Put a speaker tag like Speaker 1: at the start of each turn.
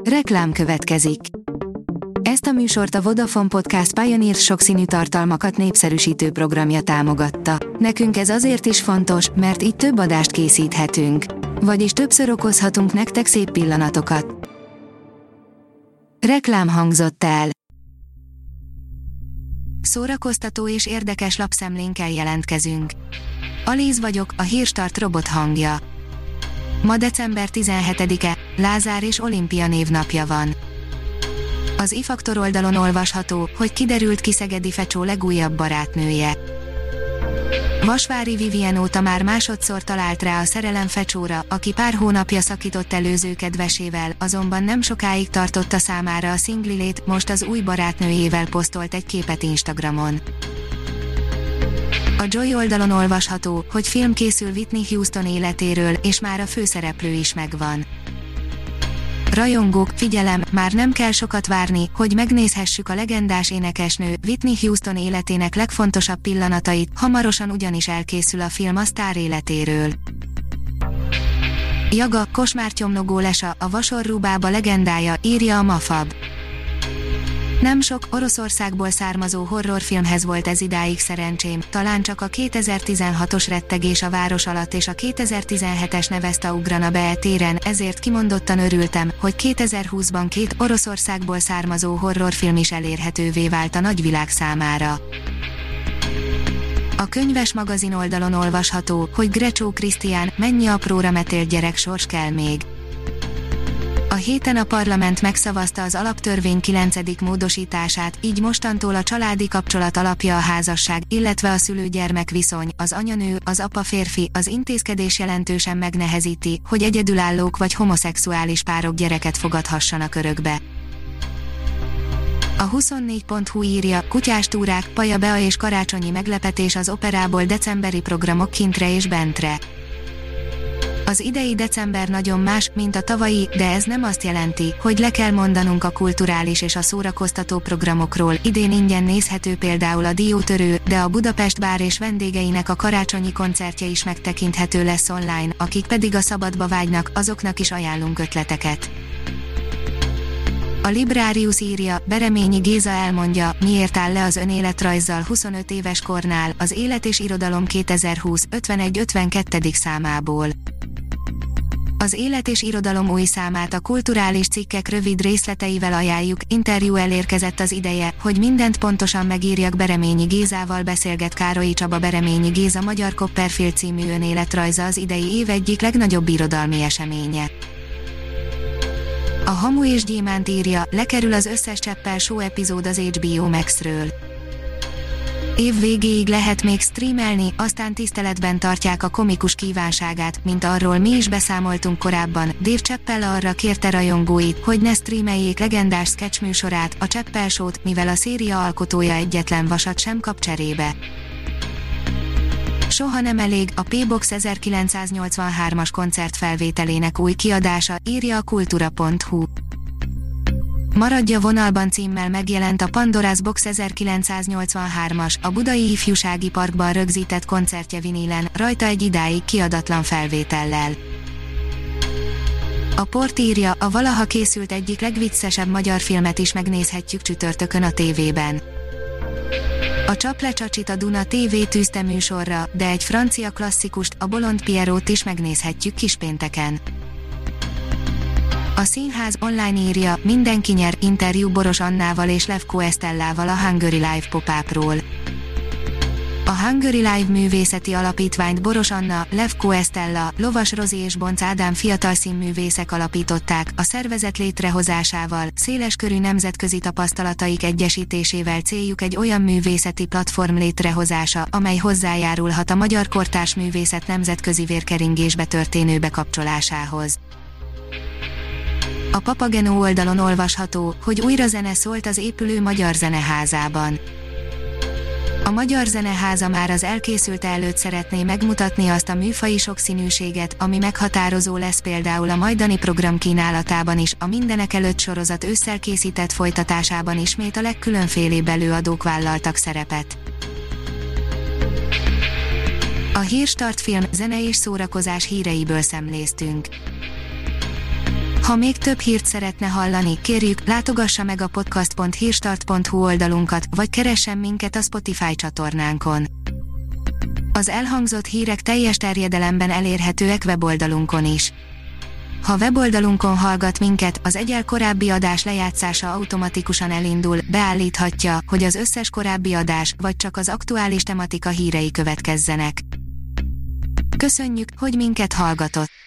Speaker 1: Reklám következik. Ezt a műsort a Vodafone Podcast Pioneer sokszínű tartalmakat népszerűsítő programja támogatta. Nekünk ez azért is fontos, mert így több adást készíthetünk. Vagyis többször okozhatunk nektek szép pillanatokat. Reklám hangzott el. Szórakoztató és érdekes lapszemlénkkel jelentkezünk. Alíz vagyok, a Hírstart robot hangja. Ma december 17-e, Lázár és Olimpia névnapja van. Az iFaktor oldalon olvasható, hogy kiderült ki Szegedi Fecsó legújabb barátnője. Vasvári Vivien óta már másodszor talált rá a szerelem Fecsóra, aki pár hónapja szakított előző kedvesével, azonban nem sokáig tartotta számára a szinglilét, most az új barátnőjével posztolt egy képet Instagramon. A Joy oldalon olvasható, hogy film készül Whitney Houston életéről, és már a főszereplő is megvan. Rajongók, figyelem, már nem kell sokat várni, hogy megnézhessük a legendás énekesnő, Whitney Houston életének legfontosabb pillanatait, hamarosan ugyanis elkészül a film a sztár életéről. Jaga, Kosmártyomnogó Lesa, a Vasorrúbába legendája, írja a Mafab. Nem sok Oroszországból származó horrorfilmhez volt ez idáig szerencsém, talán csak a 2016-os Rettegés a város alatt és a 2017-es Neveszta ugrana be téren, ezért kimondottan örültem, hogy 2020-ban két Oroszországból származó horrorfilm is elérhetővé vált a nagyvilág számára. A Könyves magazin oldalon olvasható, hogy Grecsó Krisztián, mennyi apróra metélt gyerek sors kell még. A héten a parlament megszavazta az alaptörvény 9. módosítását, így mostantól a családi kapcsolat alapja a házasság, illetve a szülő-gyermek viszony, az anya-nő, az apa férfi, az intézkedés jelentősen megnehezíti, hogy egyedülállók vagy homoszexuális párok gyereket fogadhassanak örökbe. A 24.hu írja, kutyás túrák, Paja Bea és karácsonyi meglepetés az operából decemberi programok kintre és bentre. Az idei december nagyon más, mint a tavalyi, de ez nem azt jelenti, hogy le kell mondanunk a kulturális és a szórakoztató programokról. Idén ingyen nézhető például a Diótörő, de a Budapest Bár és vendégeinek a karácsonyi koncertje is megtekinthető lesz online, akik pedig a szabadba vágynak, azoknak is ajánlunk ötleteket. A Librarius írja, Bereményi Géza elmondja, miért áll le az önéletrajzzal 25 éves kornál, az Élet és Irodalom 2020 51-52. számából. Az Élet és Irodalom új számát a kulturális cikkek rövid részleteivel ajánljuk, interjú elérkezett az ideje, hogy mindent pontosan megírjak. Bereményi Gézával beszélget Károlyi Csaba. Bereményi Géza Magyar Copperfield című önéletrajza az idei év egyik legnagyobb irodalmi eseménye. A Hamu és Gyémánt írja, lekerül az összes Cseppel Show epizód az HBO Maxről. Év végéig lehet még streamelni, aztán tiszteletben tartják a komikus kívánságát, mint arról mi is beszámoltunk korábban. Dave Chappelle arra kérte rajongóit, hogy ne streameljék legendás sketch műsorát, a Chappelle Show-t, mivel a széria alkotója egyetlen vasat sem kap cserébe. Soha nem elég, a P-Box 1983-as koncertfelvételének új kiadása, írja a kultura.hu. Maradja vonalban címmel megjelent a Pandora's Box 1983-as, a Budai Ifjúsági Parkban rögzített koncertje vinílen, rajta egy idáig kiadatlan felvétellel. A Port írja, a valaha készült egyik legviccesebb magyar filmet is megnézhetjük csütörtökön a tévében. A Csap le Csacsit a Duna TV tűzte műsorra, de egy francia klasszikust, a Bolond Pierrot is megnézhetjük kispénteken. A Színház online írja, mindenki nyer, interjú Boros Annával és Levko Esztellával a Hungary Live pop-upról. A Hungary Live művészeti alapítványt Boros Anna, Levko Esztella, Lovas Rozi és Bonc Ádám fiatal színművészek alapították, a szervezet létrehozásával, széleskörű nemzetközi tapasztalataik egyesítésével céljuk egy olyan művészeti platform létrehozása, amely hozzájárulhat a magyar kortárs művészet nemzetközi vérkeringésbe történő bekapcsolásához. A Papageno oldalon olvasható, hogy újra zene szólt az épülő Magyar Zeneházában. A Magyar Zeneháza már az elkészült előtt szeretné megmutatni azt a műfaji sokszínűséget, ami meghatározó lesz például a majdani program kínálatában is, a Mindenekelőtt sorozat ősszel készített folytatásában ismét a legkülönfélébb előadók vállaltak szerepet. A Hírstart film, zene és szórakozás híreiből szemléztünk. Ha még több hírt szeretne hallani, kérjük, látogassa meg a podcast.hírstart.hu oldalunkat, vagy keressen minket a Spotify csatornánkon. Az elhangzott hírek teljes terjedelemben elérhetőek weboldalunkon is. Ha weboldalunkon hallgat minket, az egyel korábbi adás lejátszása automatikusan elindul, beállíthatja, hogy az összes korábbi adás, vagy csak az aktuális tematika hírei következzenek. Köszönjük, hogy minket hallgatott!